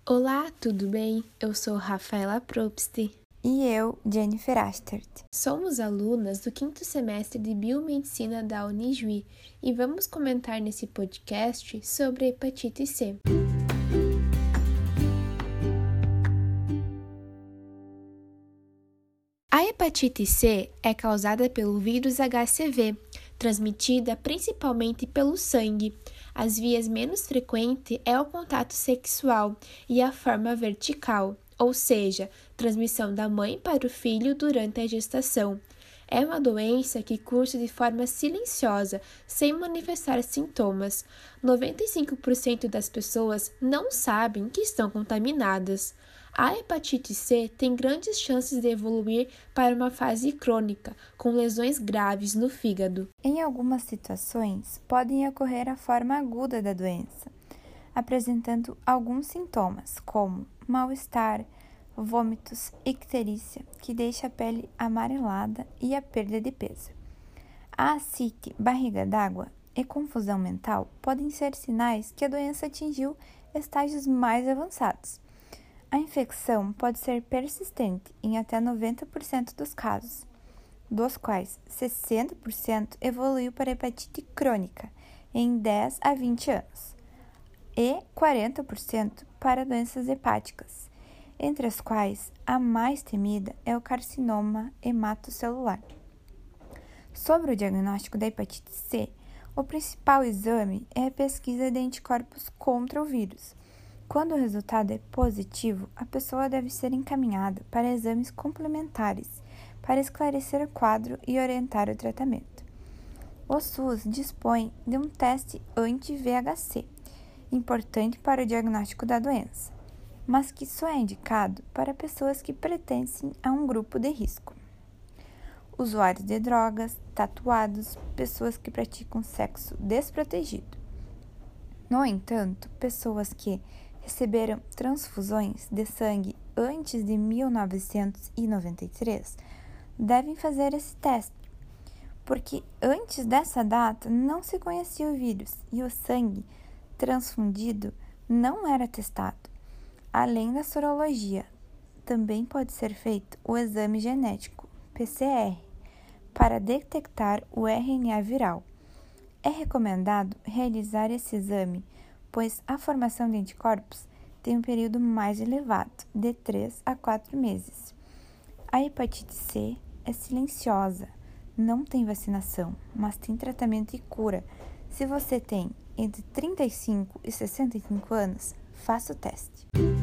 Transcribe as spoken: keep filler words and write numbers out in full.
Olá, tudo bem? Eu sou Rafaela Probst. E eu, Jennifer Astert. Somos alunas do quinto semestre de Biomedicina da Unijuí e vamos comentar nesse podcast sobre a hepatite C. A hepatite C é causada pelo vírus H C V, transmitida principalmente pelo sangue. As vias menos frequentes é o contato sexual e a forma vertical, ou seja, transmissão da mãe para o filho durante a gestação. É uma doença que cursa de forma silenciosa, sem manifestar sintomas. noventa e cinco por cento das pessoas não sabem que estão contaminadas. A hepatite C tem grandes chances de evoluir para uma fase crônica, com lesões graves no fígado. Em algumas situações, podem ocorrer a forma aguda da doença, apresentando alguns sintomas, como mal-estar, vômitos, icterícia, que deixa a pele amarelada e a perda de peso. A ascite, barriga d'água e confusão mental podem ser sinais que a doença atingiu estágios mais avançados. A infecção pode ser persistente em até noventa por cento dos casos, dos quais sessenta por cento evoluiu para hepatite crônica em dez a vinte anos e quarenta por cento para doenças hepáticas, entre as quais a mais temida é o carcinoma hematocelular. Sobre o diagnóstico da hepatite C, o principal exame é a pesquisa de anticorpos contra o vírus. Quando o resultado é positivo, a pessoa deve ser encaminhada para exames complementares para esclarecer o quadro e orientar o tratamento. O SUS dispõe de um teste anti-V I H C, importante para o diagnóstico da doença, mas que só é indicado para pessoas que pertencem a um grupo de risco. Usuários de drogas, tatuados, pessoas que praticam sexo desprotegido. No entanto, pessoas que receberam transfusões de sangue antes de mil novecentos e noventa e três devem fazer esse teste, porque antes dessa data não se conhecia o vírus e o sangue transfundido não era testado. Além da sorologia, também pode ser feito o exame genético, P C R, para detectar o R N A viral. É recomendado realizar esse exame, pois a formação de anticorpos tem um período mais elevado, de três a quatro meses. A hepatite C é silenciosa, não tem vacinação, mas tem tratamento e cura. Se você tem entre trinta e cinco e sessenta e cinco anos, faça o teste.